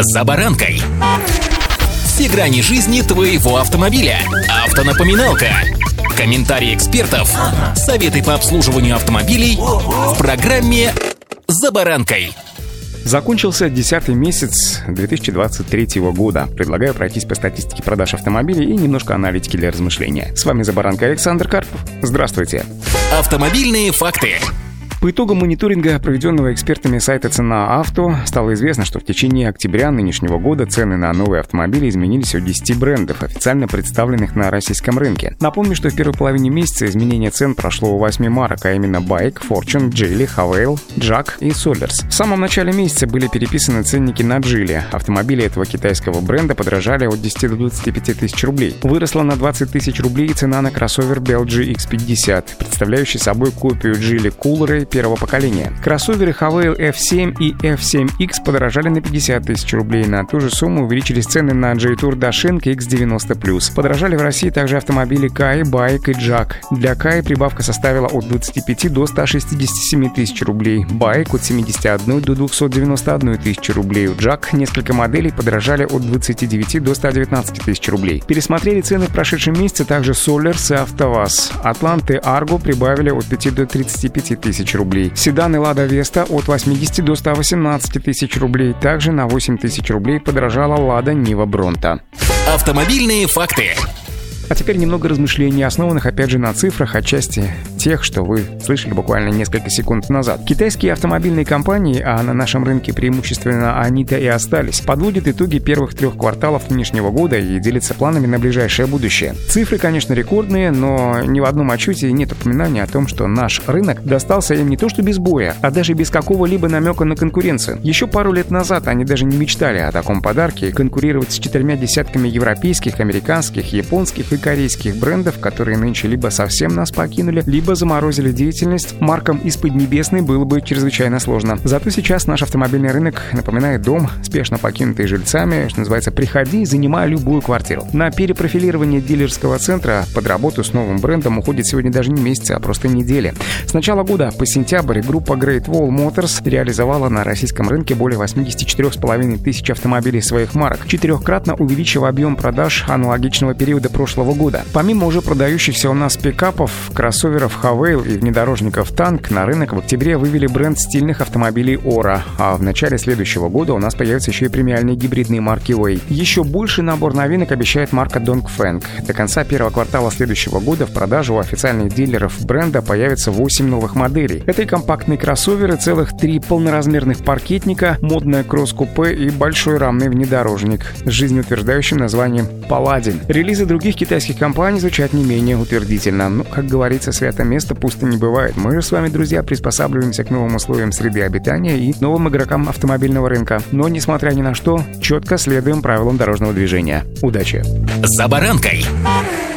«За баранкой». Все грани жизни твоего автомобиля. Автонапоминалка. Комментарии экспертов. Советы по обслуживанию автомобилей в программе «За баранкой». Закончился 10-й месяц 2023 года. Предлагаю пройтись по статистике продаж автомобилей и немножко аналитики для размышления. С вами «За баранкой» Александр Карпов. Здравствуйте. Автомобильные факты. По итогам мониторинга, проведенного экспертами сайта «Цена авто», стало известно, что в течение октября нынешнего года цены на новые автомобили изменились у 10 брендов, официально представленных на российском рынке. Напомню, что в первой половине месяца изменение цен прошло у 8 марок, а именно Bike, Fortune, Geely, Havail, Jag и Solers. В самом начале месяца были переписаны ценники на Geely. Автомобили этого китайского бренда подорожали от 10 до 25 тысяч рублей. Выросла на 20 тысяч рублей цена на кроссовер Belgi X50, представляющий собой копию Geely Coolray первого поколения. Кроссоверы Havail F7 и F7X подорожали на 50 тысяч рублей. На ту же сумму увеличились цены на Jetour Dashing X90+. Подорожали в России также автомобили Kai, Bike и Jag. Для Kai прибавка составила от 25 до 167 тысяч рублей. Bike от 71 до 291 тысячи рублей. У Jag несколько моделей подорожали от 29 до 119 тысяч рублей. Пересмотрели цены в прошедшем месяце также Solers и АвтоВАЗ. Атланты Argo прибавили от 5 до 35 тысяч рублей. Седаны Lada Vesta от 80 до 118 тысяч рублей. Также на 8 тысяч рублей подорожала Lada Niva Bronto. Автомобильные факты. А теперь немного размышлений, основанных опять же на цифрах, отчасти тех, что вы слышали буквально несколько секунд назад. Китайские автомобильные компании, а на нашем рынке преимущественно они-то и остались, подводят итоги первых 3 кварталов нынешнего года и делятся планами на ближайшее будущее. Цифры, конечно, рекордные, но ни в одном отчете нет упоминания о том, что наш рынок достался им не то что без боя, а даже без какого-либо намека на конкуренцию. Еще пару лет назад они даже не мечтали о таком подарке и конкурировать с 4 десятками европейских, американских, японских и корейских брендов, которые нынче либо совсем нас покинули, либо заморозили деятельность, маркам из Поднебесной было бы чрезвычайно сложно. Зато сейчас наш автомобильный рынок напоминает дом, спешно покинутый жильцами, что называется, приходи и занимай любую квартиру. На перепрофилирование дилерского центра под работу с новым брендом уходит сегодня даже не месяцы, а просто недели. С начала года по сентябрь группа Great Wall Motors реализовала на российском рынке более 84,5 тысяч автомобилей своих марок, 4-кратно увеличив объем продаж аналогичного периода прошлого года. Помимо уже продающихся у нас пикапов, кроссоверов Havail и внедорожников Tank, на рынок в октябре вывели бренд стильных автомобилей Ora, а в начале следующего года у нас появятся еще и премиальные гибридные марки Way. Еще больший набор новинок обещает марка Dongfeng. До конца первого квартала следующего года в продажу у официальных дилеров бренда появится 8 новых моделей. Это и компактные кроссоверы, целых 3 полноразмерных паркетника, модное кросс-купе и большой рамный внедорожник с жизнеутверждающим названием Paladin. Релизы других китайских компаний звучат не менее утвердительно. Но, как говорится, святое место пусто не бывает. Мы же с вами, друзья, приспосабливаемся к новым условиям среды обитания и новым игрокам автомобильного рынка. Но, несмотря ни на что, четко следуем правилам дорожного движения. Удачи! «За баранкой».